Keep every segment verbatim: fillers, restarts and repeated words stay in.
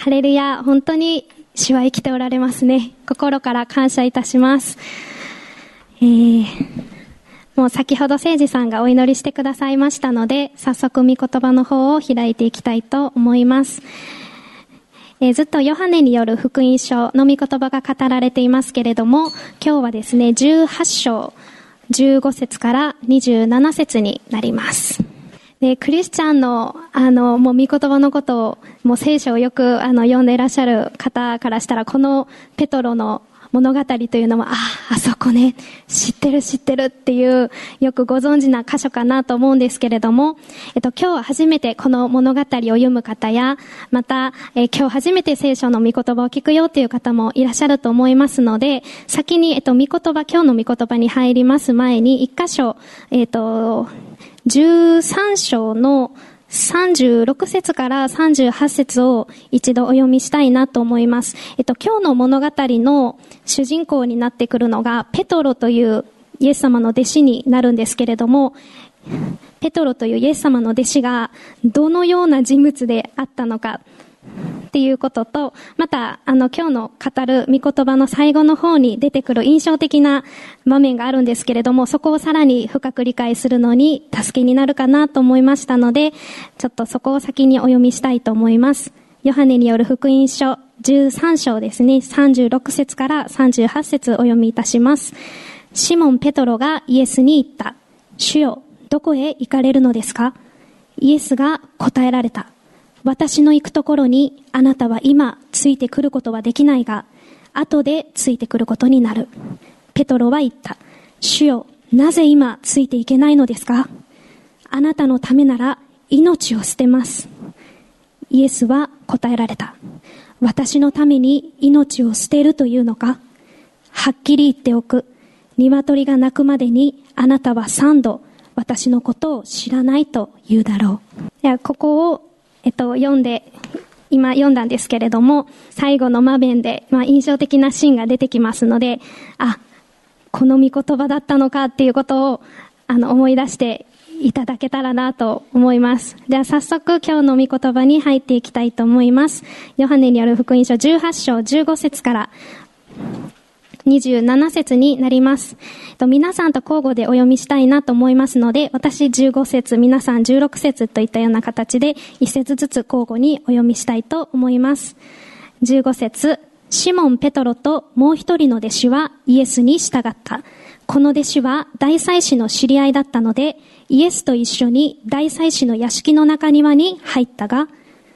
ハレルヤ、本当に主は生きておられますね。心から感謝いたします。えー、もう先ほど誠司さんがお祈りしてくださいましたので、早速御言葉の方を開いていきたいと思います。えー、ずっとヨハネによる福音書の御言葉が語られていますけれども、今日はですね、じゅうはち章じゅうご節からにじゅうなな節になります。で、クリスチャンの、あの、もう御言葉のことを、もう聖書をよく、あの、読んでいらっしゃる方からしたら、このペトロの物語というのは、あ、あそこね、知ってる知ってるっていう、よくご存知な箇所かなと思うんですけれども、えっと、今日初めてこの物語を読む方や、また、えー、今日初めて聖書の御言葉を聞くよっていう方もいらっしゃると思いますので、先に、えっと、御言葉、今日の御言葉に入ります前に、一箇所、えっと、じゅうさん章のさんじゅうろく節からさんじゅうはち節を一度お読みしたいなと思います。えっと、今日の物語の主人公になってくるのが、ペトロというイエス様の弟子になるんですけれども、ペトロというイエス様の弟子がどのような人物であったのか、っていうことと、また、あの、今日の語る御言葉の最後の方に出てくる印象的な場面があるんですけれども、そこをさらに深く理解するのに助けになるかなと思いましたので、ちょっとそこを先にお読みしたいと思います。ヨハネによる福音書じゅうさん章ですね、さんじゅうろく節からさんじゅうはち節お読みいたします。シモン・ペトロがイエスに言った。主よ、どこへ行かれるのですか？イエスが答えられた。私の行くところにあなたは今ついてくることはできないが、後でついてくることになる。ペトロは言った。主よ、なぜ今ついていけないのですか？あなたのためなら命を捨てます。イエスは答えられた。私のために命を捨てるというのか？はっきり言っておく。鶏が鳴くまでにあなたは三度私のことを知らないと言うだろう。ではここをえっと、読んで、今読んだんですけれども、最後の場面で、まあ、印象的なシーンが出てきますので、あ、この御言葉だったのかっていうことを、あの、思い出していただけたらなと思います。では、早速、今日の御言葉に入っていきたいと思います。ヨハネによる福音書じゅうはち章じゅうご節から、にじゅうなな節になります。皆さんと交互でお読みしたいなと思いますので、私じゅうご節、皆さんじゅうろく節といったような形で一節ずつ交互にお読みしたいと思います。じゅうご節、シモン・ペトロともう一人の弟子はイエスに従った。この弟子は大祭司の知り合いだったので、イエスと一緒に大祭司の屋敷の中庭に入ったが、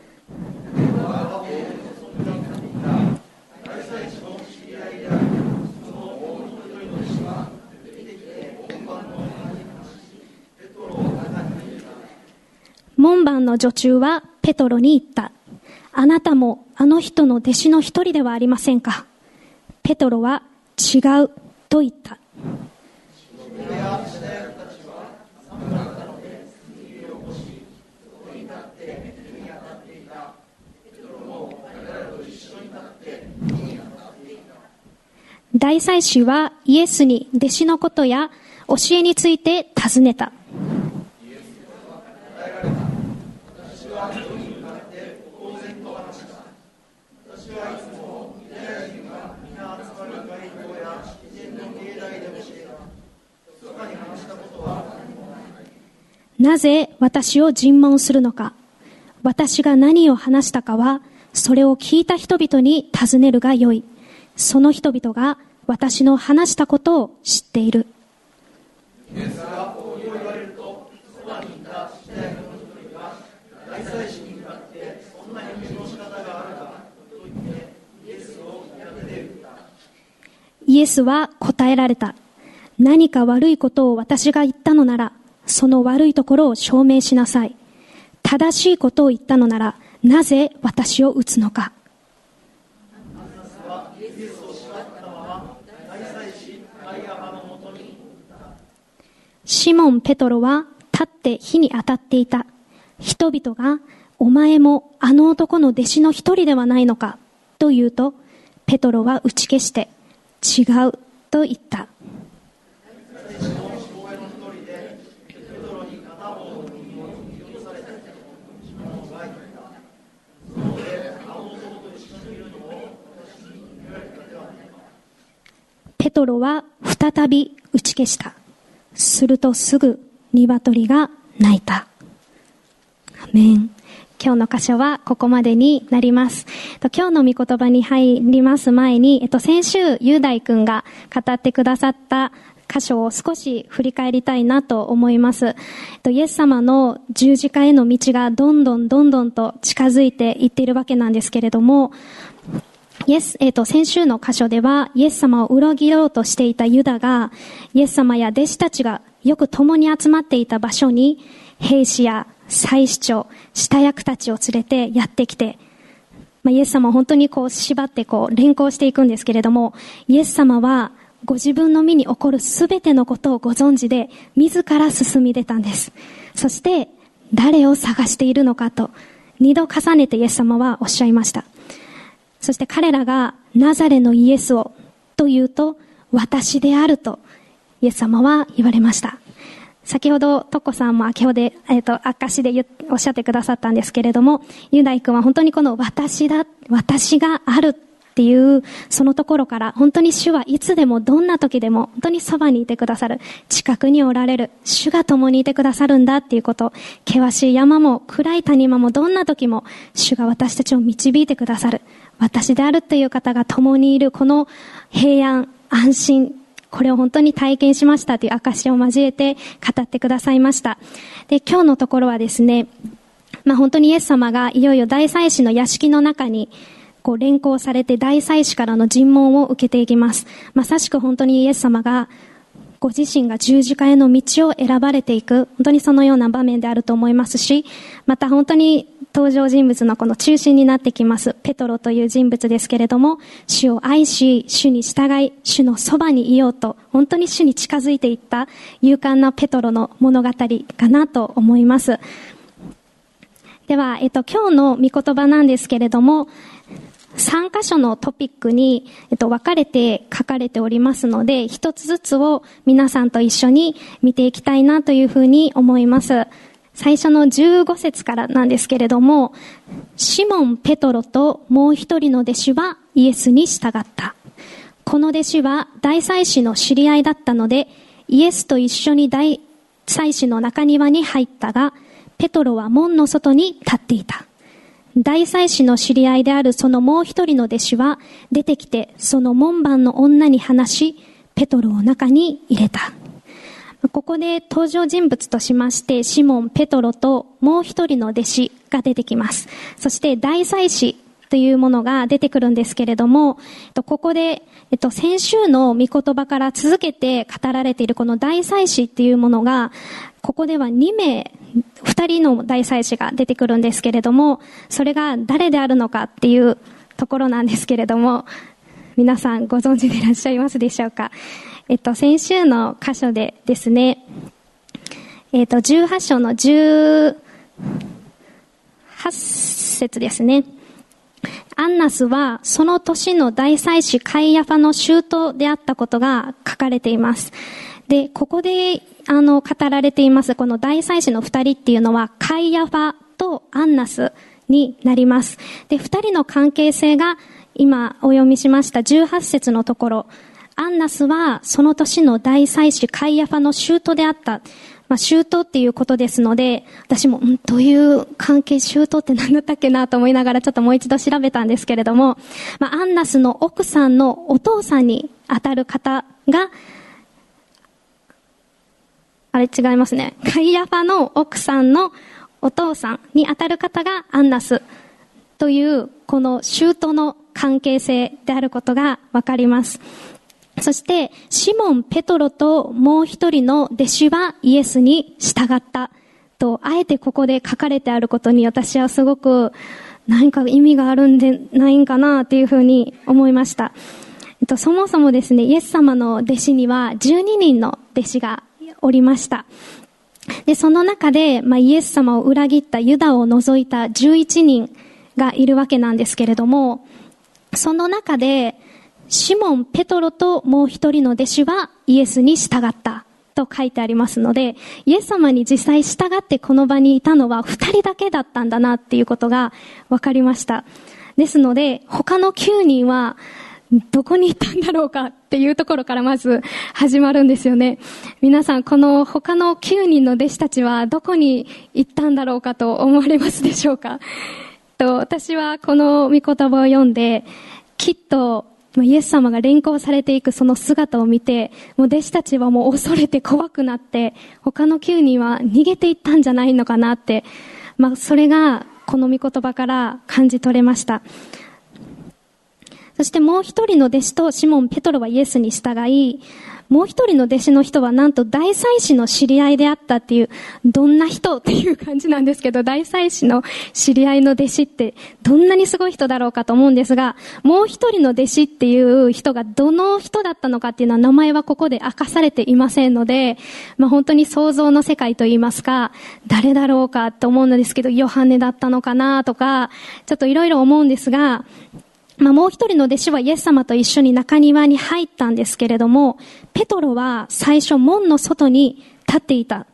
門番の女中はペトロに言った。あなたもあの人の弟子の一人ではありませんか？ペトロは違うと言った。大祭司はイエスに弟子のことや教えについて尋ねた。なぜ私を尋問するのか。私が何を話したかは、それを聞いた人々に尋ねるがよい。その人々が私の話したことを知っている。イエスがこう言われると、そばにいた司祭の一人が大祭司に向かってそんな返事の仕方があるかと言ってイエスをやめて言った。イエスは答えられた。何か悪いことを私が言ったのなら、その悪いところを証明しなさい。正しいことを言ったのなら、なぜ私を撃つのか。シモン・ペトロは立って火に当たっていた。人々が、お前もあの男の弟子の一人ではないのかと言うと、ペトロは打ち消して、違うと言った。 トロは再び打ち消した。するとすぐ鶏が鳴いた。アメン。今日の箇所はここまでになります。今日の御言葉に入ります前に、えっと、先週、雄大くんが語ってくださった箇所を少し振り返りたいなと思います。えっと、イエス様の十字架への道がどんどんどんどんと近づいていっているわけなんですけれども、イエス、えっと、先週の箇所では、イエス様を裏切ろうとしていたユダが、イエス様や弟子たちがよく共に集まっていた場所に、兵士や祭司長、下役たちを連れてやってきて、まあ、イエス様は本当にこう縛ってこう連行していくんですけれども、イエス様はご自分の身に起こるすべてのことをご存知で、自ら進み出たんです。そして、誰を探しているのかと、二度重ねてイエス様はおっしゃいました。そして彼らがナザレのイエスをと言うと、私であるとイエス様は言われました。先ほどトッコさんも明けほで、えっと、証でおっしゃってくださったんですけれども、雄大君は本当にこの私だ、私があるっていう、そのところから、本当に主はいつでもどんな時でも、本当にそばにいてくださる、近くにおられる、主が共にいてくださるんだっていうこと、険しい山も暗い谷間もどんな時も、主が私たちを導いてくださる、私であるという方が共にいる、この平安、安心、これを本当に体験しましたという証を交えて語ってくださいました。で、今日のところはですね、まあ本当にイエス様がいよいよ大祭司の屋敷の中にこう連行されて大祭司からの尋問を受けていきます。まさしく本当にイエス様がご自身が十字架への道を選ばれていく、本当にそのような場面であると思いますし、また本当に登場人物のこの中心になってきますペトロという人物ですけれども、主を愛し、主に従い、主のそばにいようと、本当に主に近づいていった勇敢なペトロの物語かなと思います。では、えっと、今日の御言葉なんですけれども、さん箇所のトピックに、えっと、分かれて書かれておりますので、一つずつを皆さんと一緒に見ていきたいなというふうに思います。最初のじゅうご節からなんですけれども、シモン・ペトロともう一人の弟子はイエスに従った。この弟子は大祭司の知り合いだったので、イエスと一緒に大祭司の中庭に入ったが、ペトロは門の外に立っていた。大祭司の知り合いであるそのもう一人の弟子は出てきて、その門番の女に話し、ペトロを中に入れた。ここで登場人物としまして、シモン、ペトロともう一人の弟子が出てきます。そして大祭司というものが出てくるんですけれども、ここで、えっと、先週の御言葉から続けて語られているこの大祭司っていうものが、ここではに名、ふたりの大祭司が出てくるんですけれども、それが誰であるのかっていうところなんですけれども、皆さんご存知でいらっしゃいますでしょうか。えっと、先週の箇所でですね、えっと、じゅうはち章のじゅうはち節ですね。アンナスはその年の大祭司カイヤファの舅であったことが書かれています。で、ここで、あの、語られています、この大祭司の二人っていうのは、カイヤファとアンナスになります。で、二人の関係性が、今お読みしましたじゅうはち節のところ、アンナスはその年の大祭司カイヤファの舅であった。まあ、舅っていうことですので、私も、んどういう関係、舅って何だったっけなと思いながらちょっともう一度調べたんですけれども、まあ、アンナスの奥さんのお父さんに当たる方が、あれ違いますね。カイヤファの奥さんのお父さんに当たる方がアンナスというこの舅の関係性であることがわかります。そしてシモン・ペトロともう一人の弟子はイエスに従ったとあえてここで書かれてあることに私はすごく何か意味があるんでないんかなというふうに思いました。えっと、そもそもですね、イエス様の弟子にはじゅうににんの弟子がおりました。で、その中で、まあ、イエス様を裏切ったユダを除いたじゅういちにんがいるわけなんですけれども、その中で、シモン・ペトロともう一人の弟子はイエスに従ったと書いてありますので、イエス様に実際従ってこの場にいたのは二人だけだったんだなっていうことが分かりました。ですので、他のきゅうにんはどこに行ったんだろうかっていうところからまず始まるんですよね。皆さん、この他のきゅうにんの弟子たちはどこに行ったんだろうかと思われますでしょうか。と、私はこの御言葉を読んで、きっとイエス様が連行されていくその姿を見て、もう弟子たちはもう恐れて怖くなって、他のきゅうにんは逃げていったんじゃないのかなって、まあそれがこの御言葉から感じ取れました。そしてもう一人の弟子とシモン・ペトロはイエスに従い、もう一人の弟子の人はなんと大祭司の知り合いであったっていう、どんな人っていう感じなんですけど、大祭司の知り合いの弟子ってどんなにすごい人だろうかと思うんですが、もう一人の弟子っていう人がどの人だったのかっていうのは名前はここで明かされていませんので、まあ本当に想像の世界といいますか、誰だろうかと思うんですけど、ヨハネだったのかなとか、ちょっといろいろ思うんですが、まあもう一人の弟子はイエス様と一緒に中庭に入ったんですけれども、ペトロは最初門の外に立っていた。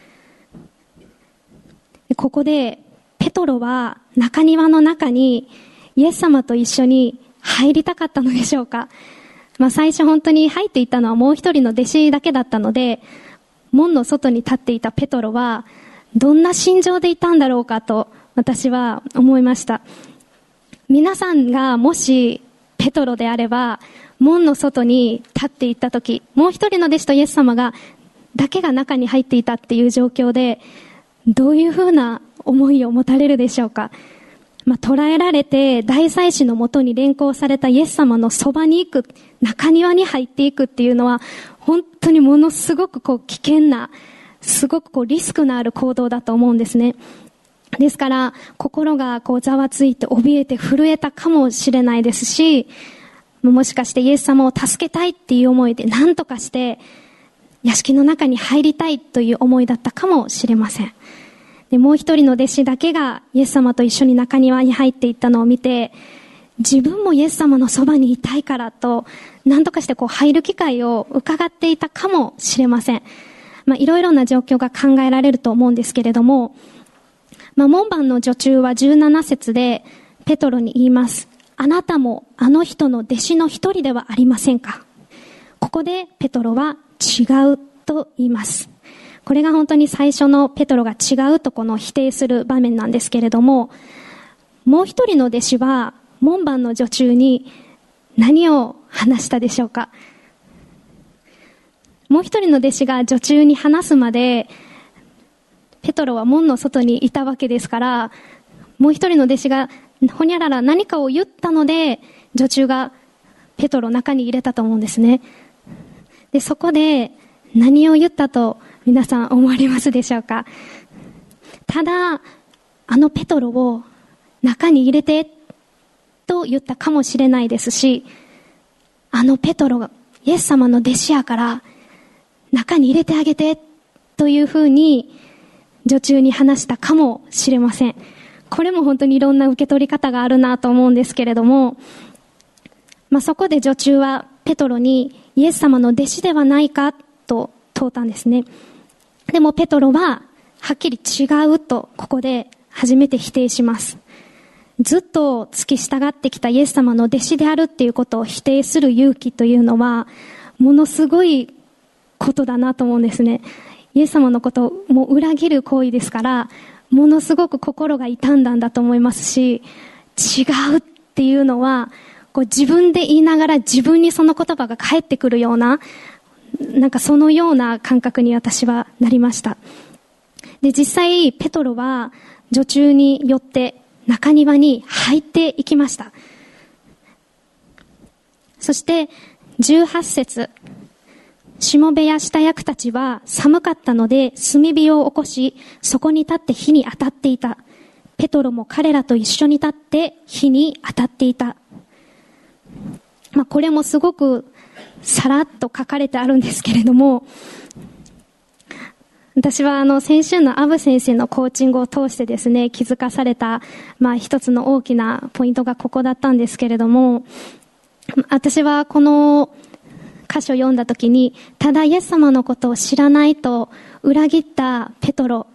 ここでペトロは中庭の中にイエス様と一緒に入りたかったのでしょうか。まあ最初本当に入っていたのはもう一人の弟子だけだったので、門の外に立っていたペトロはどんな心情でいたんだろうかと私は思いました。皆さんがもしペトロであれば、門の外に立っていったとき、もう一人の弟子とイエス様がだけが中に入っていたっていう状況で、どういうふうな思いを持たれるでしょうか。まあ、捕らえられて大祭司のもとに連行されたイエス様のそばに行く、中庭に入っていくっていうのは、本当にものすごくこう危険な、すごくこうリスクのある行動だと思うんですね。ですから、心がこうざわついて怯えて震えたかもしれないですし、もしかしてイエス様を助けたいっていう思いで何とかして屋敷の中に入りたいという思いだったかもしれません。で、もう一人の弟子だけがイエス様と一緒に中庭に入っていったのを見て、自分もイエス様のそばにいたいからと何とかしてこう入る機会を伺っていたかもしれません。まあいろいろな状況が考えられると思うんですけれども、まあ、門番の女中はじゅうなな節でペトロに言います。あなたもあの人の弟子の一人ではありませんか。ここでペトロは違うと言います。これが本当に最初のペトロが違うとこの否定する場面なんですけれども、もう一人の弟子は門番の女中に何を話したでしょうか。もう一人の弟子が女中に話すまでペトロは門の外にいたわけですから、もう一人の弟子がほにゃらら何かを言ったので、女中がペトロを中に入れたと思うんですね。で、そこで何を言ったと皆さん思われますでしょうか。ただ、あのペトロを中に入れてと言ったかもしれないですし、あのペトロがイエス様の弟子やから中に入れてあげてというふうに女中に話したかもしれません。これも本当にいろんな受け取り方があるなと思うんですけれども、まあ、そこで女中はペトロにイエス様の弟子ではないかと問うたんですね。でもペトロははっきり違うとここで初めて否定します。ずっと付き従ってきたイエス様の弟子であるっていうことを否定する勇気というのはものすごいことだなと思うんですね。イエス様のことをもう裏切る行為ですから、ものすごく心が痛んだんだと思いますし、違うっていうのは、こう自分で言いながら自分にその言葉が返ってくるような、なんかそのような感覚に私はなりました。で、実際、ペトロは女中によって中庭に入っていきました。そして、じゅうはち節。しもべや下役たちは寒かったので炭火を起こし、そこに立って火に当たっていた。ペトロも彼らと一緒に立って火に当たっていた。まあこれもすごくさらっと書かれてあるんですけれども、私はあの先週のアブ先生のコーチングを通してですね、気づかされたまあ一つの大きなポイントがここだったんですけれども、私はこの箇所を読んだときに、ただイエス様のことを知らないと裏切ったペトロ。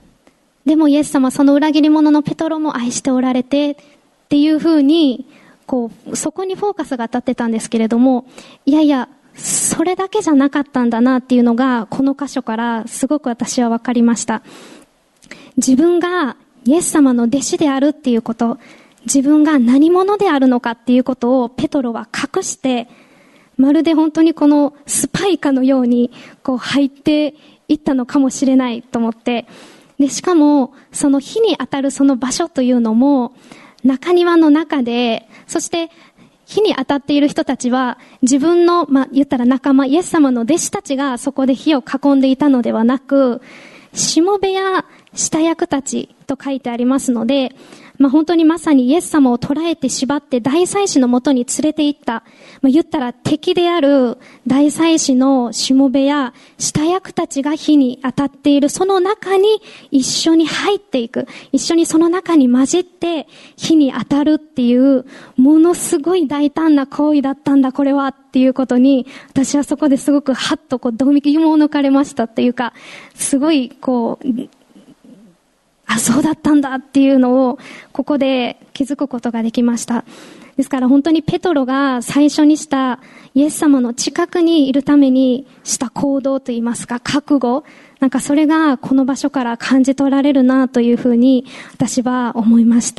でもイエス様その裏切り者のペトロも愛しておられてっていうふうに、 こう、そこにフォーカスが当たってたんですけれども、いやいや、それだけじゃなかったんだなっていうのが、この箇所からすごく私は分かりました。自分がイエス様の弟子であるっていうこと、自分が何者であるのかっていうことをペトロは隠して、まるで本当にこのスパイかのようにこう入っていったのかもしれないと思って、で、しかもその火に当たるその場所というのも中庭の中で、そして火に当たっている人たちは自分の、まあ、言ったら仲間、イエス様の弟子たちがそこで火を囲んでいたのではなく、しもべや下役たちと書いてありますので、まあ、本当にまさにイエス様を捕らえて縛って大祭司のもとに連れて行った。まあ、言ったら敵である大祭司のしもべや下役たちが火に当たっているその中に一緒に入っていく。一緒にその中に混じって火に当たるっていうものすごい大胆な行為だったんだこれはっていうことに、私はそこですごくハッとこうどぎもを抜かれましたっていうか、すごいこう、あ、そうだったんだっていうのをここで気づくことができました。ですから本当にペトロが最初にしたイエス様の近くにいるためにした行動といいますか、覚悟、なんかそれがこの場所から感じ取られるなというふうに私は思いました。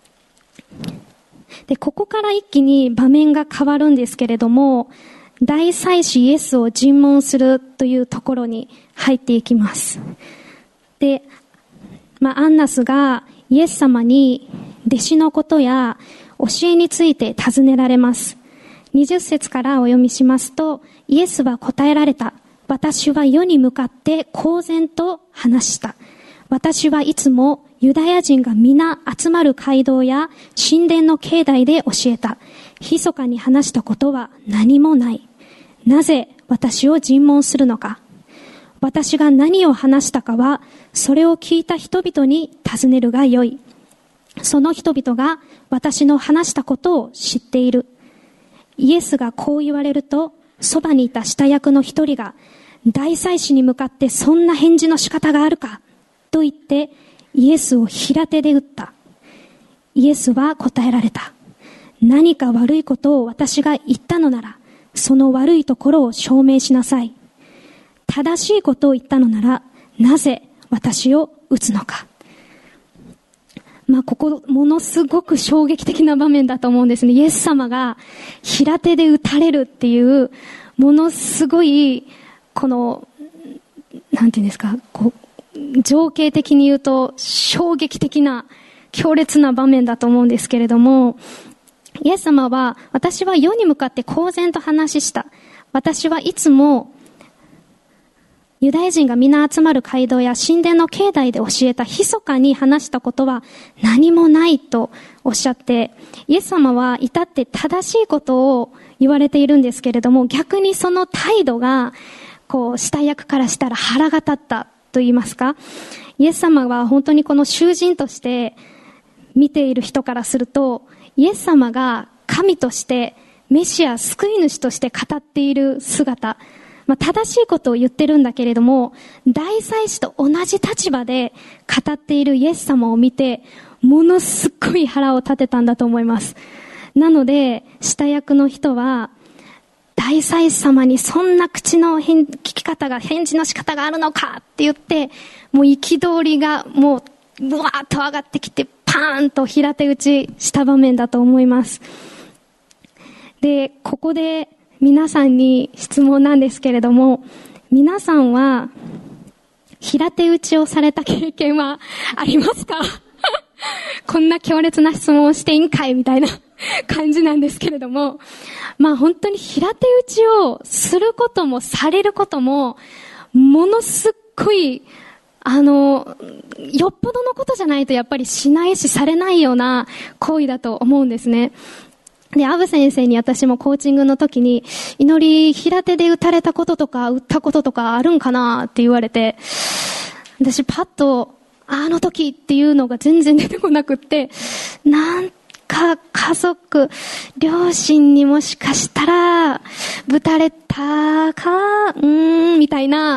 で、ここから一気に場面が変わるんですけれども、大祭司イエスを尋問するというところに入っていきます。で、まあ、アンナスがイエス様に弟子のことや教えについて尋ねられます。にじゅっ節からお読みしますと、イエスは答えられた。私は世に向かって公然と話した。私はいつもユダヤ人が皆集まる街道や神殿の境内で教えた。密かに話したことは何もない。なぜ私を尋問するのか。私が何を話したかは、それを聞いた人々に尋ねるがよい。その人々が私の話したことを知っている。イエスがこう言われると、そばにいた下役の一人が、大祭司に向かってそんな返事の仕方があるかと言って、イエスを平手で打った。イエスは答えられた。何か悪いことを私が言ったのなら、その悪いところを証明しなさい。正しいことを言ったのなら、なぜ私を撃つのか。まあ、ここ、ものすごく衝撃的な場面だと思うんですね。イエス様が平手で撃たれるっていう、ものすごい、この、なんていうんですか、こう、情景的に言うと、衝撃的な、強烈な場面だと思うんですけれども、イエス様は、私は世に向かって公然と話した。私はいつも、ユダヤ人が皆集まる街道や神殿の境内で教えた密かに話したことは何もないとおっしゃって、イエス様は至って正しいことを言われているんですけれども、逆にその態度が、こう、下役からしたら腹が立ったと言いますか、イエス様は本当にこの囚人として見ている人からすると、イエス様が神として、メシア、救い主として語っている姿、まあ、正しいことを言ってるんだけれども、大祭司と同じ立場で語っているイエス様を見て、ものすっごい腹を立てたんだと思います。なので、下役の人は、大祭司様にそんな口の聞き方が、返事の仕方があるのかって言って、もう憤りがもう、ブワーッと上がってきて、パーンと平手打ちした場面だと思います。で、ここで、皆さんに質問なんですけれども、皆さんは平手打ちをされた経験はありますか？こんな強烈な質問をしていいんかいみたいな感じなんですけれども、まあ本当に平手打ちをすることもされることもものすっごいあのよっぽどのことじゃないとやっぱりしないしされないような行為だと思うんですね。で、アブ先生に私もコーチングの時に、祈り平手で打たれたこととか、打ったこととかあるんかなって言われて、私パッと、あの時っていうのが全然出てこなくって、なんか家族、両親にもしかしたら、ぶたれたか、うーん、みたいな、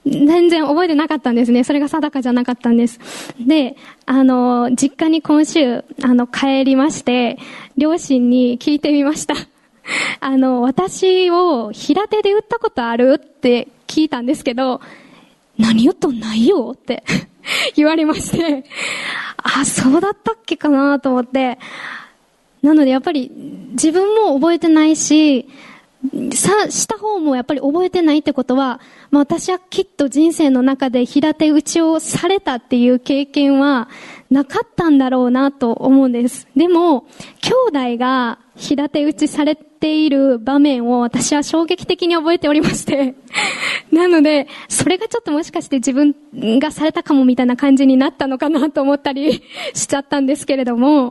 全然覚えてなかったんですね。それが定かじゃなかったんです。で、あの、実家に今週、あの、帰りまして、両親に聞いてみました。あの、私を平手で打ったことあるって聞いたんですけど、何言っとんないよって言われまして、あ、そうだったっけかなと思って、なのでやっぱり自分も覚えてないし、さ、した方もやっぱり覚えてないってことは、まあ私はきっと人生の中で平手打ちをされたっていう経験はなかったんだろうなと思うんです。でも、兄弟が平手打ちされている場面を私は衝撃的に覚えておりまして。なので、それがちょっともしかして自分がされたかもみたいな感じになったのかなと思ったりしちゃったんですけれども、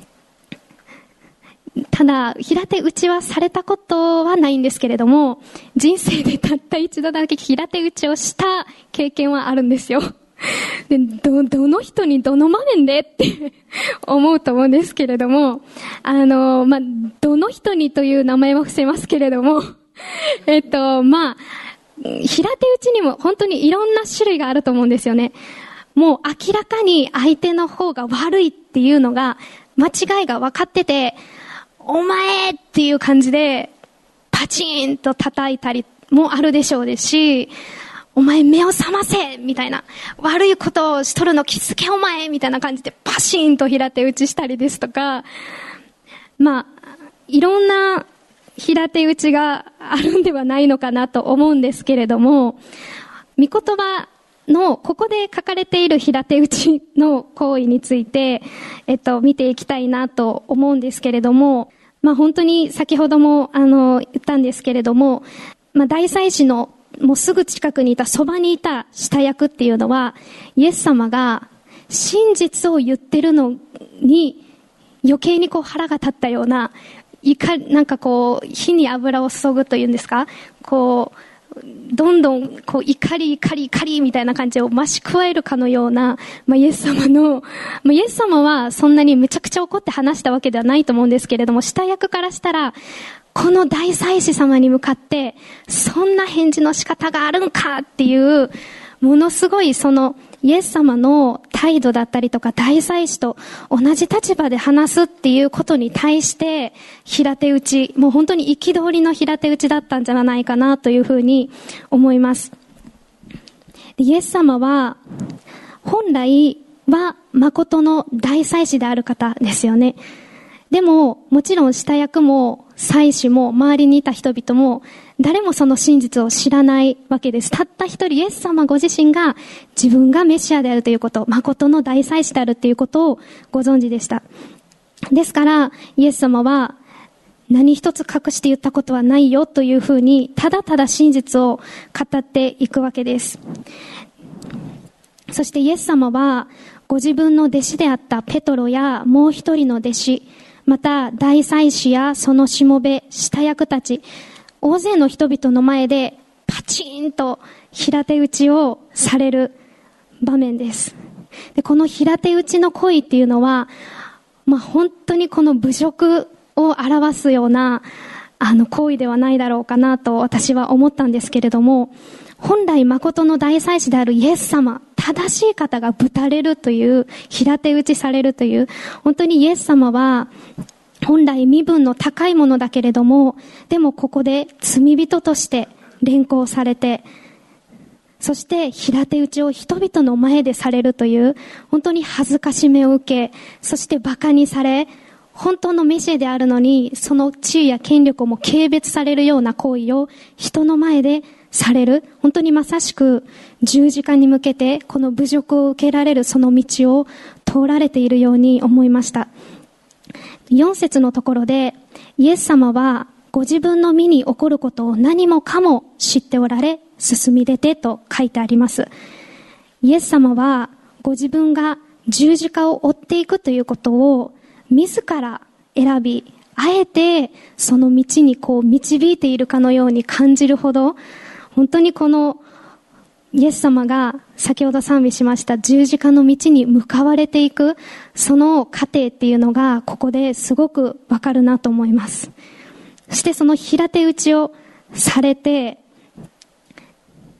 ただ、平手打ちはされたことはないんですけれども、人生でたった一度だけ平手打ちをした経験はあるんですよ。で、ど、どの人にどの場面でって思うと思うんですけれども、あの、まあ、どの人にという名前は伏せますけれども、えっと、まあ、平手打ちにも本当にいろんな種類があると思うんですよね。もう明らかに相手の方が悪いっていうのが、間違いが分かってて、お前っていう感じでパチーンと叩いたりもあるでしょうですし、お前目を覚ませみたいな、悪いことをしとるの気づけお前みたいな感じでパシーンと平手打ちしたりですとか、まあいろんな平手打ちがあるんではないのかなと思うんですけれども、御言葉のここで書かれている平手打ちの行為について、えっと見ていきたいなと思うんですけれども、まあ本当に先ほどもあの言ったんですけれども、まあ大祭司のもうすぐ近くにいた、そばにいた下役っていうのは、イエス様が真実を言ってるのに余計にこう腹が立ったような、いかなんかこう火に油を注ぐというんですか、こうどんどんこう怒り怒り怒りみたいな感じを増し加えるかのような、まあ、イエス様の、まあ、イエス様はそんなにめちゃくちゃ怒って話したわけではないと思うんですけれども、下役からしたらこの大祭司様に向かってそんな返事の仕方があるんかっていう、ものすごいそのイエス様の態度だったりとか、大祭司と同じ立場で話すっていうことに対して平手打ち、もう本当に憤りの平手打ちだったんじゃないかなというふうに思います。イエス様は本来は誠の大祭司である方ですよね。でももちろん下役も祭司も周りにいた人々も誰もその真実を知らないわけです。たった一人イエス様ご自身が自分がメシアであるということ、誠の大祭司であるということをご存知でした。ですからイエス様は何一つ隠して言ったことはないよというふうに、ただただ真実を語っていくわけです。そしてイエス様はご自分の弟子であったペトロやもう一人の弟子、また大祭司やそのしもべ、下役たち、大勢の人々の前でパチンと平手打ちをされる場面です。で、この平手打ちの行為っていうのは、まあ、本当にこの侮辱を表すようなあの行為ではないだろうかなと私は思ったんですけれども、本来誠の大祭司であるイエス様、正しい方がぶたれるという、平手打ちされるという、本当にイエス様は本来身分の高いものだけれども、でもここで罪人として連行されて、そして平手打ちを人々の前でされるという、本当に恥ずかしめを受け、そして馬鹿にされ、本当のメシアであるのにその地位や権力をも軽蔑されるような行為を人の前でされる。本当にまさしく十字架に向けてこの侮辱を受けられるその道を通られているように思いました。よん節のところで、イエス様はご自分の身に起こることを何もかも知っておられ、進み出てと書いてあります。イエス様はご自分が十字架を追っていくということを自ら選び、あえてその道にこう導いているかのように感じるほど、本当にこのイエス様が先ほど賛美しました十字架の道に向かわれていくその過程っていうのがここですごくわかるなと思います。そしてその平手打ちをされて、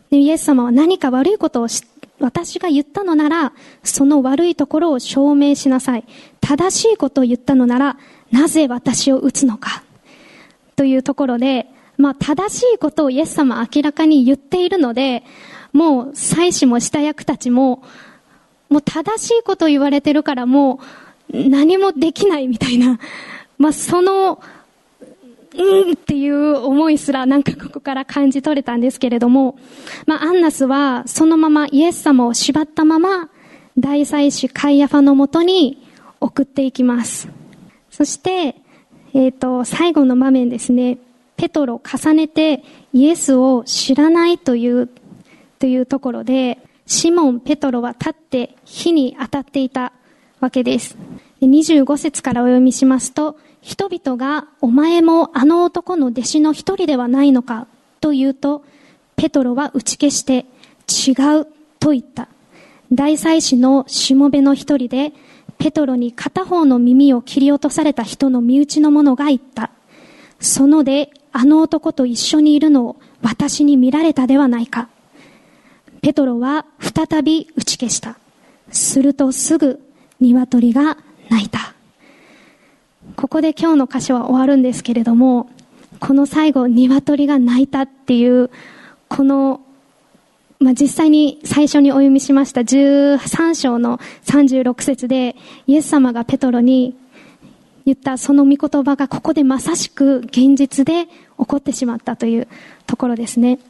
で、イエス様は何か悪いことをし、私が言ったのなら、その悪いところを証明しなさい。正しいことを言ったのなら、なぜ私を打つのか。というところで、まあ、正しいことをイエス様は明らかに言っているので、もう、祭司も下役たちも、もう正しいことを言われてるからもう、何もできないみたいな、まあ、その、うんっていう思いすらなんかここから感じ取れたんですけれども、まあ、アンナスはそのままイエス様を縛ったまま、大祭司カイアファのもとに送っていきます。そして、えっと、最後の場面ですね。ペトロ重ねてイエスを知らないという、というところで、シモン・ペトロは立って火に当たっていたわけです。にじゅうご節からお読みしますと、人々がお前もあの男の弟子の一人ではないのかと言うと、ペトロは打ち消して違うと言った。大祭司のしもべの一人で、ペトロに片方の耳を切り落とされた人の身内の者が言った。そのであの男と一緒にいるのを私に見られたではないか。ペトロは再び打ち消した。するとすぐ鶏が鳴いた。ここで今日の箇所は終わるんですけれども、この最後鶏が鳴いたっていうこの、まあ、実際に最初にお読みしましたじゅうさん章のさんじゅうろく節でイエス様がペトロに言ったその御言葉がここでまさしく現実で起こってしまったというところですね。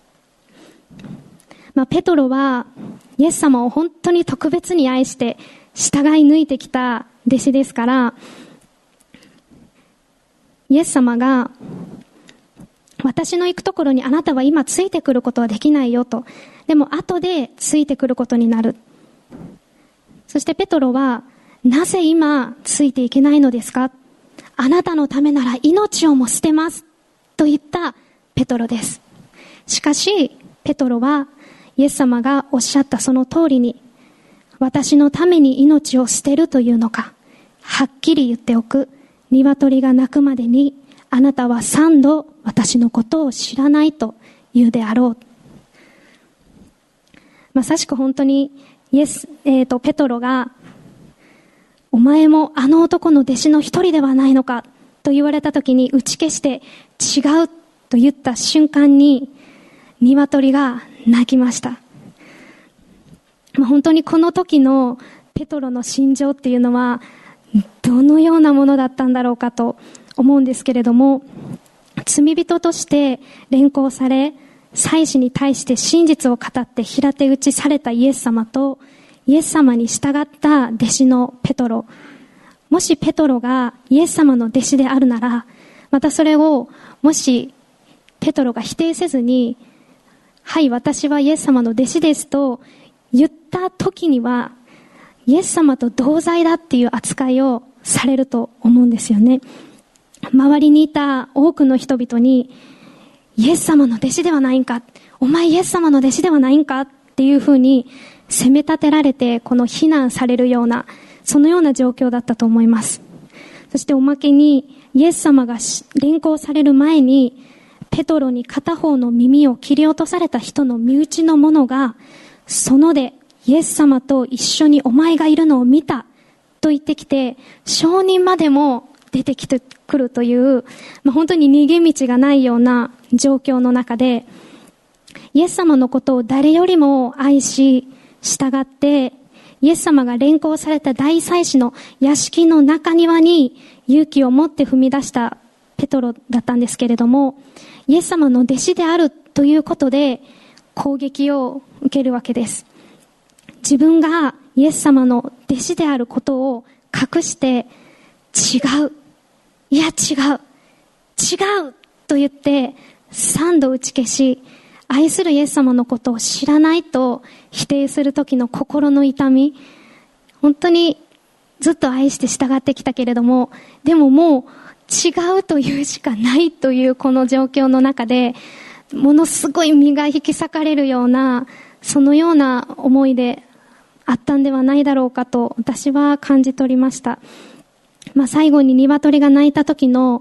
まあ、ペトロはイエス様を本当に特別に愛して従い抜いてきた弟子ですから、イエス様が私の行くところにあなたは今ついてくることはできないよと。でも後でついてくることになる。そしてペトロはなぜ今ついていけないのですか？あなたのためなら命をも捨てますと言ったペトロです。しかしペトロはイエス様がおっしゃったその通りに、私のために命を捨てるというのか、はっきり言っておく。鶏が鳴くまでにあなたは三度私のことを知らないと言うであろう。まさしく本当にイエス、えーと、ペトロがお前もあの男の弟子の一人ではないのかと言われた時に打ち消して違うと言った瞬間に鶏が鳴きました。まあ、本当にこの時のペトロの心情っていうのはどのようなものだったんだろうかと思うんですけれども、罪人として連行され、祭司に対して真実を語って平手打ちされたイエス様と、イエス様に従った弟子のペトロ。もしペトロがイエス様の弟子であるなら、またそれをもしペトロが否定せずに、はい、私はイエス様の弟子ですと言った時には、イエス様と同罪だっていう扱いをされると思うんですよね。周りにいた多くの人々に、イエス様の弟子ではないんか、お前イエス様の弟子ではないんかっていうふうに責め立てられて、この非難されるような、そのような状況だったと思います。そしておまけに、イエス様が連行される前に、ペトロに片方の耳を切り落とされた人の身内の者が、そのでイエス様と一緒にお前がいるのを見たと言ってきて、証人までも出てきてくるという、まあ、本当に逃げ道がないような状況の中で、イエス様のことを誰よりも愛し、従って、イエス様が連行された大祭司の屋敷の中庭に勇気を持って踏み出したペトロだったんですけれども、イエス様の弟子であるということで攻撃を受けるわけです。自分がイエス様の弟子であることを隠して違う、いや違う、違うと言って三度打ち消し、愛するイエス様のことを知らないと否定する時の心の痛み、本当にずっと愛して従ってきたけれども、でももう違うというしかないというこの状況の中で、ものすごい身が引き裂かれるような、そのような思いであったんではないだろうかと私は感じ取りました。まあ、最後に鶏が鳴いた時の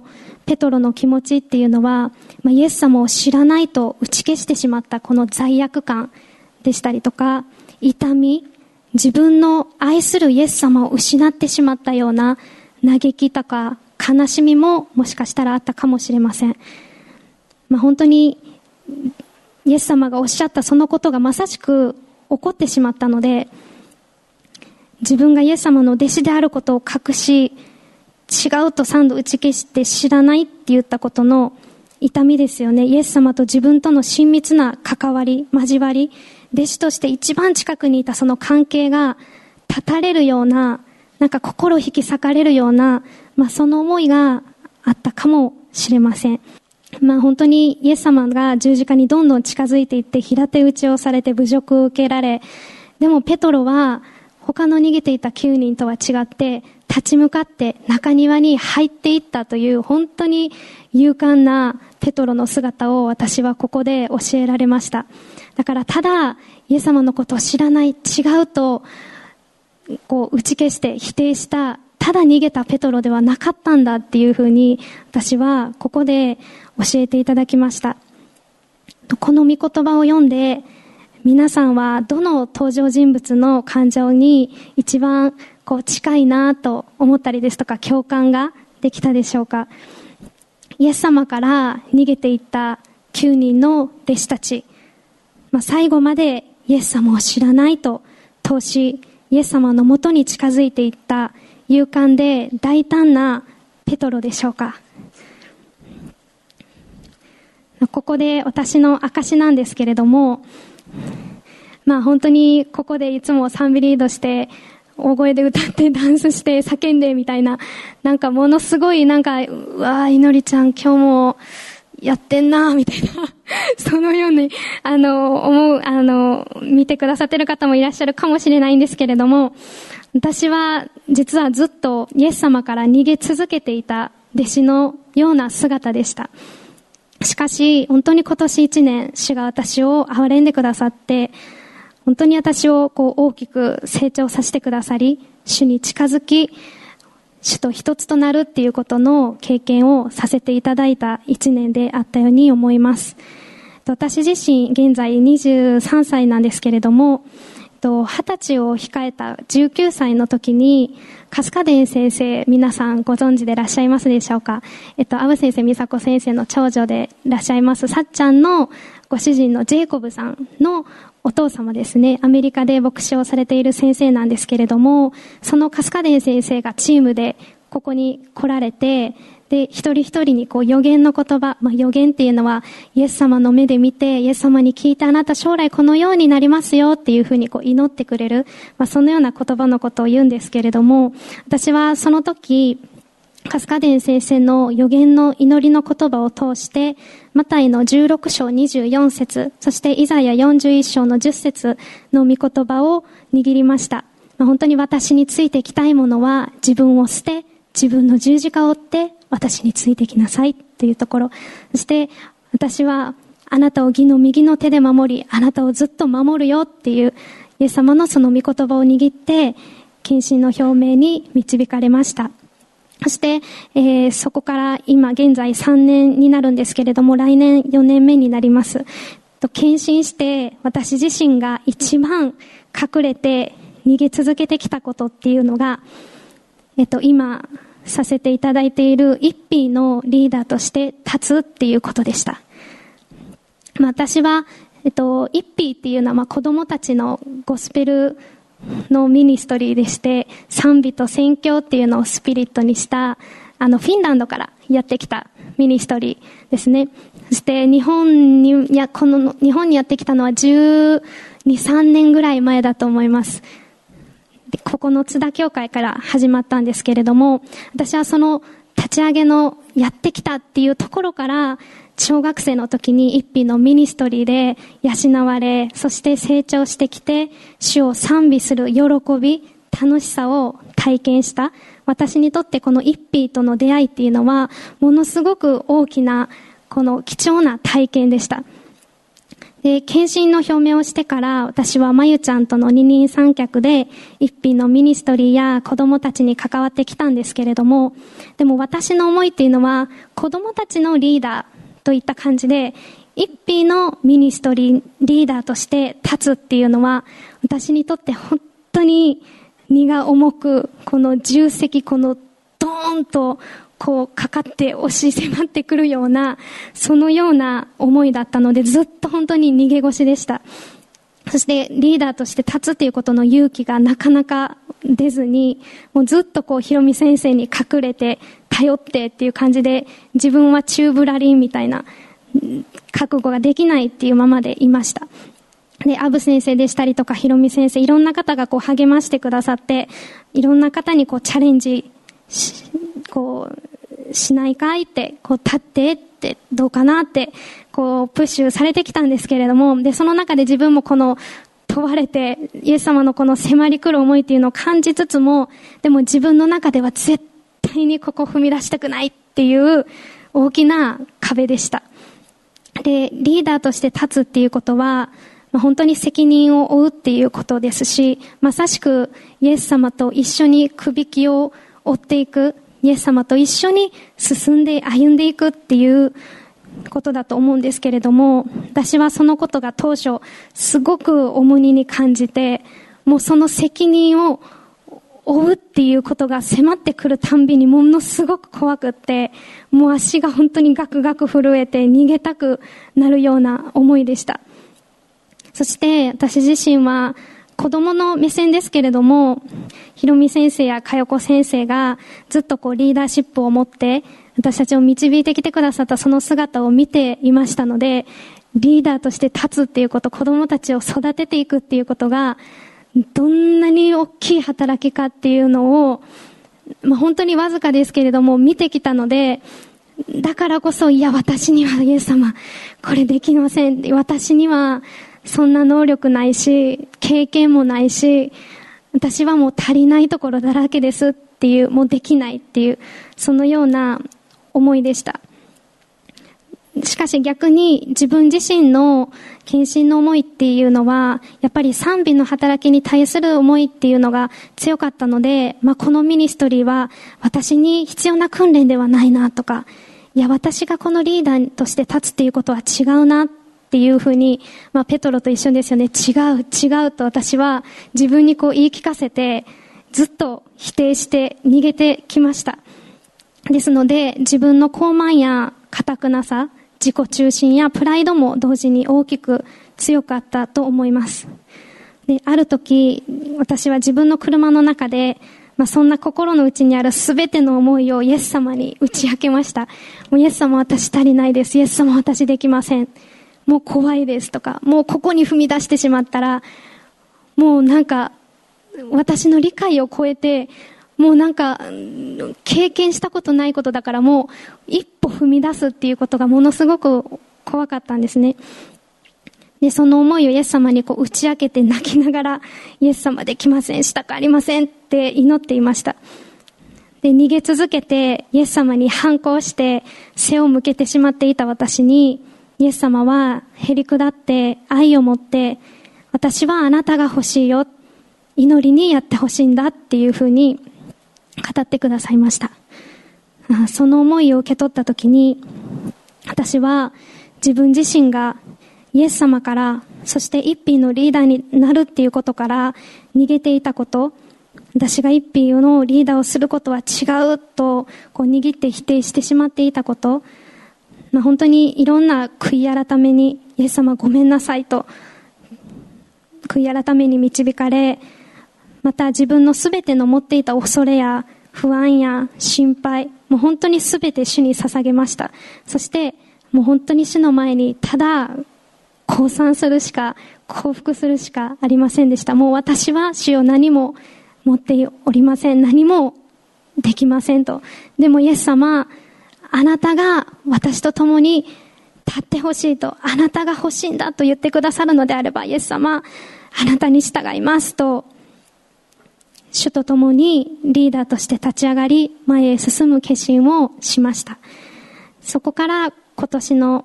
ペトロの気持ちっていうのは、まあ、イエス様を知らないと打ち消してしまったこの罪悪感でしたりとか、痛み、自分の愛するイエス様を失ってしまったような嘆きとか悲しみももしかしたらあったかもしれません。まあ、本当にイエス様がおっしゃったそのことがまさしく起こってしまったので、自分がイエス様の弟子であることを隠し、違うと三度打ち消して知らないって言ったことの痛みですよね。イエス様と自分との親密な関わり、交わり、弟子として一番近くにいたその関係が断たれるような、なんか心引き裂かれるような、まあその思いがあったかもしれません。まあ本当にイエス様が十字架にどんどん近づいていって平手打ちをされて侮辱を受けられ、でもペトロは他の逃げていたきゅうにんとは違って立ち向かって中庭に入っていったという本当に勇敢なペトロの姿を私はここで教えられました。だからただイエス様のことを知らない、違うとこう打ち消して否定したただ逃げたペトロではなかったんだっていうふうに私はここで教えていただきました。この御言葉を読んで皆さんはどの登場人物の感情に一番こう近いなと思ったりですとか共感ができたでしょうか。イエス様から逃げていったきゅうにんの弟子たち、まあ、最後までイエス様を知らないと通しイエス様のもとに近づいていった勇敢で大胆なペトロでしょうか。ここで私の証なんですけれども、まあ本当にここでいつも賛美リードして大声で歌ってダンスして叫んでみたいな、なんかものすごいなんか、うわーいのりちゃん今日もやってんなみたいなそのようにあの思うあの見てくださってる方もいらっしゃるかもしれないんですけれども、私は実はずっとイエス様から逃げ続けていた弟子のような姿でした。しかし本当に今年一年主が私を憐れんでくださって、本当に私をこう大きく成長させてくださり、主に近づき主と一つとなるっていうことの経験をさせていただいた一年であったように思います。私自身現在にじゅうさんさいなんですけれども、二十歳を控えたじゅうきゅうさいの時に春日伝先生、皆さんご存知でいらっしゃいますでしょうか。えっと、アブ先生、美佐子先生の長女でいらっしゃいますさっちゃんのご主人のジェイコブさんのお父様ですね。アメリカで牧師をされている先生なんですけれども、その春日伝先生がチームでここに来られて、で、一人一人にこう予言の言葉、まあ予言っていうのはイエス様の目で見て、イエス様に聞いてあなた将来このようになりますよっていうふうにこう祈ってくれる、まあそのような言葉のことを言うんですけれども、私はその時、春日伝先生の予言の祈りの言葉を通して、マタイのじゅうろくしょうにじゅうよんせつ、そしてイザヤよんじゅういっしょうのじゅっせつの御言葉を握りました。まあ、本当に私についてきたいものは自分を捨て、自分の十字架を追って私についてきなさいっていうところ。そして私はあなたを義の右の手で守り、あなたをずっと守るよっていうイエス様のその御言葉を握って献身の表明に導かれました。そして、えー、そこから今現在さんねんになるんですけれども、来年よねんめになります。と献身して私自身が一番隠れて逃げ続けてきたことっていうのが、えっと今させていただいている一匹のリーダーとして立つっていうことでした。まあ、私はえっと一匹っていうのはまあ子供たちのゴスペルのミニストリーでして、賛美と宣教っていうのをスピリットにしたあのフィンランドからやってきたミニストリーですね。そして日本にやこの日本にやってきたのはじゅうに、さんねんぐらい前だと思います。でここの津田教会から始まったんですけれども、私はその立ち上げのやってきたっていうところから小学生の時に一匹のミニストリーで養われ、そして成長してきて主を賛美する喜び、楽しさを体験した私にとってこの一匹との出会いっていうのはものすごく大きなこの貴重な体験でした。 で、献身の表明をしてから、私はまゆちゃんとの二人三脚で、一品のミニストリーや子供たちに関わってきたんですけれども、でも私の思いっていうのは、子供たちのリーダーといった感じで、一品のミニストリーリーダーとして立つっていうのは、私にとって本当に荷が重く、この重責、このドーンと、こうかかって押し迫ってくるような、そのような思いだったので、ずっと本当に逃げ腰でした。そしてリーダーとして立つっていうことの勇気がなかなか出ずに、もうずっとこうひろみ先生に隠れて、頼ってっていう感じで、自分はチューブラリンみたいな覚悟ができないっていうままでいました。で、アブ先生でしたりとか、ひろみ先生、いろんな方がこう励ましてくださって、いろんな方にこうチャレンジし、こう、しないかいって、こう立ってってどうかなって、こうプッシュされてきたんですけれども、で、その中で自分もこの問われて、イエス様のこの迫り来る思いっていうのを感じつつも、でも自分の中では絶対にここ踏み出したくないっていう大きな壁でした。で、リーダーとして立つっていうことは、まあ、本当に責任を負うっていうことですし、まさしくイエス様と一緒にくびきを追っていく、イエス様と一緒に進んで歩んでいくっていうことだと思うんですけれども、私はそのことが当初すごく重荷に感じて、もうその責任を負うっていうことが迫ってくるたんびにものすごく怖くって、もう足が本当にガクガク震えて逃げたくなるような思いでした。そして私自身は子供の目線ですけれども、ひろみ先生やかよこ先生がずっとこうリーダーシップを持って私たちを導いてきてくださったその姿を見ていましたので、リーダーとして立つっていうこと、子供たちを育てていくっていうことがどんなに大きい働きかっていうのを、まあ、本当にわずかですけれども見てきたので、だからこそ、いや私にはイエス様これできません、私にはそんな能力ないし、経験もないし、私はもう足りないところだらけですっていう、もうできないっていう、そのような思いでした。しかし逆に自分自身の献身の思いっていうのは、やっぱり賛美の働きに対する思いっていうのが強かったので、まあ、このミニストリーは私に必要な訓練ではないなとか、いや私がこのリーダーとして立つっていうことは違うなっていうふうに、まあ、ペトロと一緒ですよね。違う、違うと私は自分にこう言い聞かせて、ずっと否定して逃げてきました。ですので、自分の傲慢や堅くなさ、自己中心やプライドも同時に大きく強かったと思います。で、ある時、私は自分の車の中で、まあ、そんな心の内にあるすべての思いをイエス様に打ち明けました。もうイエス様私足りないです。イエス様私できません。もう怖いですとか、もうここに踏み出してしまったら、もうなんか、私の理解を超えて、もうなんか、経験したことないことだからもう一歩踏み出すっていうことがものすごく怖かったんですね。で、その思いをイエス様にこう打ち明けて泣きながら、イエス様できません、したくありませんって祈っていました。で、逃げ続けてイエス様に反抗して背を向けてしまっていた私に、イエス様はへり下って愛を持って、私はあなたが欲しいよ、祈りにやってほしいんだっていうふうに語ってくださいました。その思いを受け取ったときに、私は自分自身がイエス様から、そして一品のリーダーになるっていうことから逃げていたこと、私が一品のリーダーをすることは違うとこう握って否定してしまっていたこと、まあ、本当にいろんな悔い改めに、イエス様ごめんなさいと悔い改めに導かれ、また自分のすべての持っていた恐れや不安や心配、もう本当にすべて主に捧げました。そしてもう本当に主の前にただ降参するしか、降伏するしかありませんでした。もう私は主よ何も持っておりません。何もできませんと。でもイエス様、あなたが私と共に立ってほしいと、あなたが欲しいんだと言ってくださるのであれば、イエス様、あなたに従いますと、主と共にリーダーとして立ち上がり、前へ進む決心をしました。そこから今年の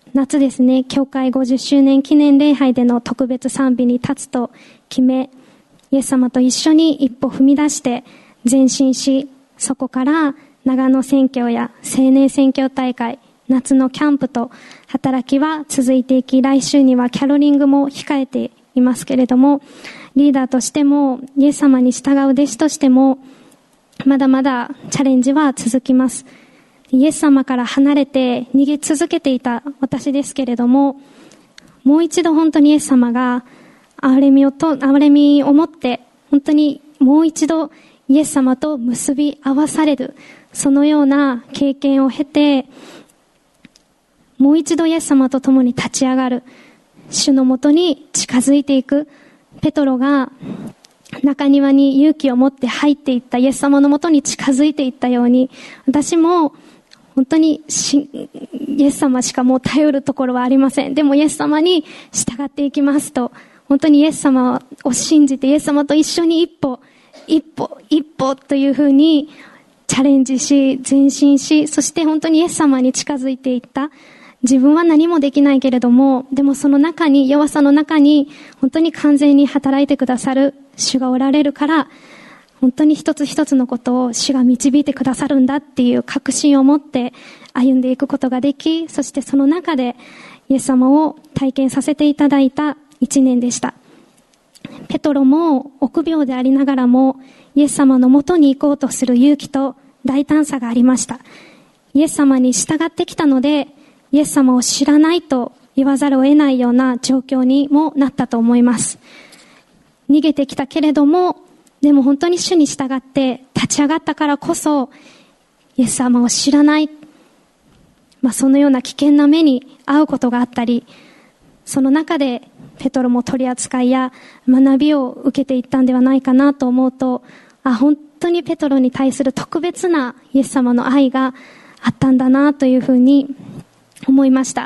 夏ですね、教会ごじゅっしゅうねん記念礼拝での特別賛美に立つと決め、イエス様と一緒に一歩踏み出して前進し、そこから長野宣教や青年宣教大会、夏のキャンプと働きは続いていき、来週にはキャロリングも控えていますけれども、リーダーとしてもイエス様に従う弟子としてもまだまだチャレンジは続きます。イエス様から離れて逃げ続けていた私ですけれども、もう一度本当にイエス様が憐れみをと、憐れみを持って、本当にもう一度イエス様と結び合わされる、そのような経験を経て、もう一度イエス様と共に立ち上がる、主のもとに近づいていく。ペトロが中庭に勇気を持って入っていったイエス様のもとに近づいていったように、私も本当にしイエス様しかもう頼るところはありません。でもイエス様に従っていきますと、本当にイエス様を信じてイエス様と一緒に一歩、一歩、一歩というふうにチャレンジし、前進し、そして本当にイエス様に近づいていった。自分は何もできないけれども、でもその中に、弱さの中に本当に完全に働いてくださる主がおられるから、本当に一つ一つのことを主が導いてくださるんだっていう確信を持って歩んでいくことができ、そしてその中でイエス様を体験させていただいた一年でした。ペトロも臆病でありながらもイエス様のもとに行こうとする勇気と大胆さがありました。イエス様に従ってきたので、イエス様を知らないと言わざるを得ないような状況にもなったと思います。逃げてきたけれども、でも本当に主に従って立ち上がったからこそ、イエス様を知らない、まあそのような危険な目に遭うことがあったり、その中でペトロも取り扱いや学びを受けていったんではないかなと思うと、あ、本当にペトロに対する特別なイエス様の愛があったんだなというふうに思いました。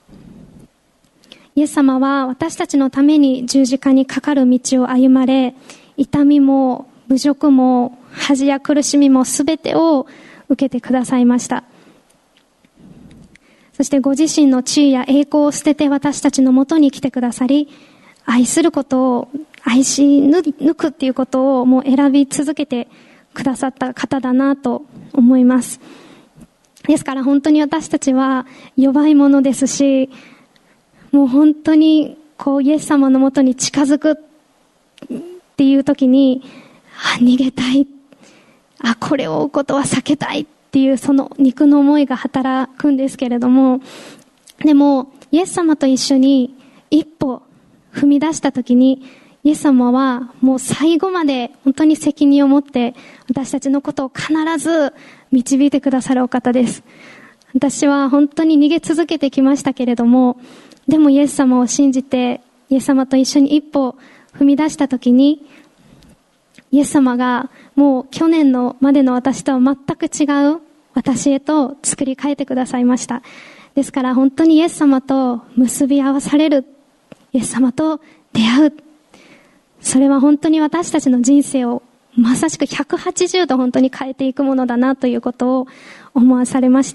イエス様は私たちのために十字架にかかる道を歩まれ、痛みも侮辱も恥や苦しみもすべてを受けてくださいました。そしてご自身の地位や栄光を捨てて私たちのもとに来てくださり、愛することを愛し抜くっていうことをもう選び続けてくださった方だなと思います。ですから本当に私たちは弱いものですし、もう本当にこうイエス様のもとに近づくっていう時に、あ、逃げたい、あ、これを追うことは避けたいっていうその肉の思いが働くんですけれども、でもイエス様と一緒に一歩踏み出した時に、イエス様はもう最後まで本当に責任を持って私たちのことを必ず導いてくださるお方です。私は本当に逃げ続けてきましたけれども、でもイエス様を信じてイエス様と一緒に一歩踏み出した時に、イエス様がもう去年のまでの私とは全く違う私へと作り変えてくださいました。ですから本当にイエス様と結び合わされる、イエス様と出会う、それは本当に私たちの人生をまさしくひゃくはちじゅうど本当に変えていくものだなということを思わされました。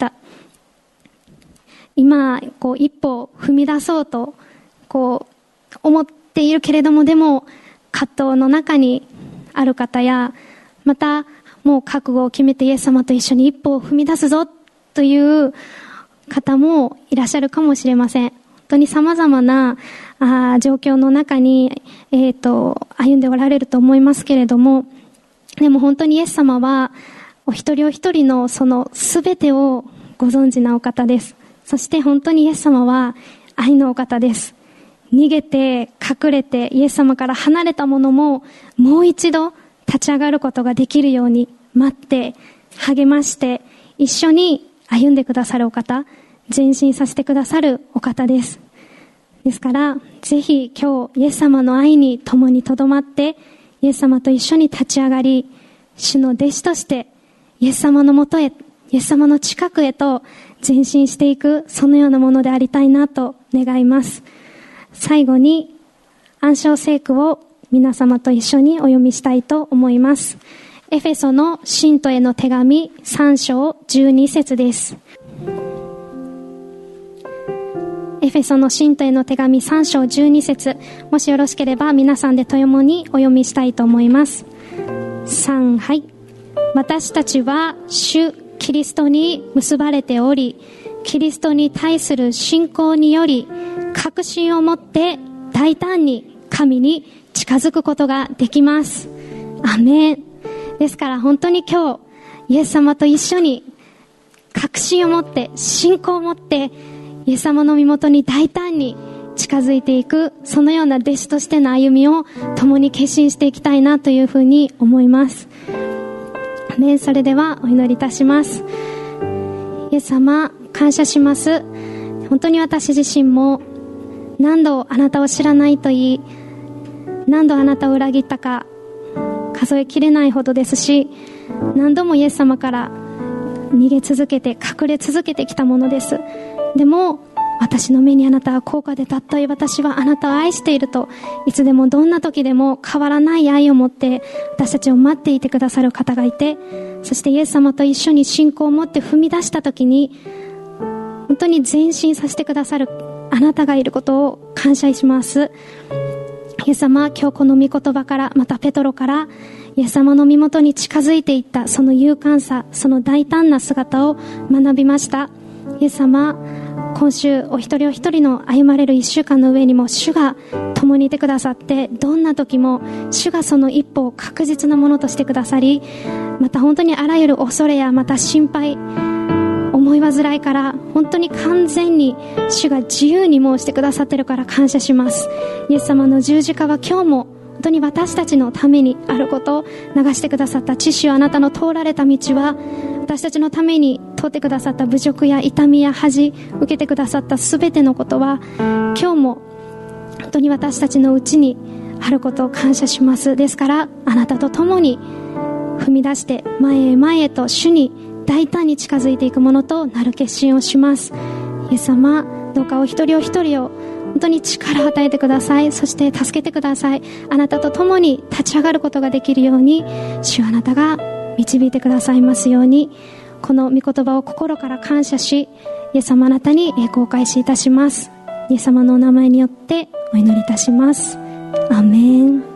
今こう一歩踏み出そうとこう思っているけれども、でも葛藤の中にある方や、またもう覚悟を決めてイエス様と一緒に一歩を踏み出すぞという方もいらっしゃるかもしれません。本当に様々なあ状況の中に、えーと、歩んでおられると思いますけれども、でも本当にイエス様はお一人お一人のその全てをご存知なお方です。そして本当にイエス様は愛のお方です。逃げて隠れてイエス様から離れたものももう一度立ち上がることができるように待って励まして一緒に歩んでくださるお方、前進させてくださるお方です。ですからぜひ今日イエス様の愛に共にとどまってイエス様と一緒に立ち上がり、主の弟子としてイエス様のもとへ、イエス様の近くへと前進していく、そのようなものでありたいなと願います。最後に暗唱聖句を皆様と一緒にお読みしたいと思います。エフェソの信徒への手紙さん章じゅうに節です。 フェソの信徒への手紙さん章じゅうに節、もしよろしければ皆さんで共にお読みしたいと思います。さん、はい。私たちは主キリストに結ばれており、キリストに対する信仰により確信を持って大胆に神に近づくことができます。アメン。ですから本当に今日イエス様と一緒に確信を持って信仰を持ってイエス様の身元に大胆に近づいていく、そのような弟子としての歩みを共に決心していきたいなというふうに思います。アメン。それではお祈りいたします。イエス様、感謝します。本当に私自身も何度あなたを知らないと言い、何度あなたを裏切ったか数えきれないほどですし、何度もイエス様から逃げ続けて隠れ続けてきたものです。でも私の目にあなたは高価で尊い、私はあなたを愛していると、いつでもどんな時でも変わらない愛を持って私たちを待っていてくださる方がいて、そしてイエス様と一緒に信仰を持って踏み出した時に本当に前進させてくださるあなたがいることを感謝します。イエス様、今日この御言葉から、またペトロからイエス様の身元に近づいていったその勇敢さ、その大胆な姿を学びました。イエス様、今週お一人お一人の歩まれる一週間の上にも主が共にいてくださって、どんな時も主がその一歩を確実なものとしてくださり、また本当にあらゆる恐れやまた心配、思い煩いから本当に完全に主が自由にもしてくださっているから感謝します。イエス様の十字架は今日も本当に私たちのためにあることを流してくださった血潮、あなたの通られた道は私たちのために通ってくださった侮辱や痛みや恥受けてくださったすべてのことは今日も本当に私たちのうちにあることを感謝します。ですからあなたと共に踏み出して前へ前へと主に大胆に近づいていくものとなる決心をします。イエス様、どうかお一人お一人を本当に力を与えてください。そして助けてください。あなたと共に立ち上がることができるように主あなたが導いてくださいますように、この御言葉を心から感謝し、イエス様あなたに栄光を返しいたします。イエス様のお名前によってお祈りいたします。アーメン。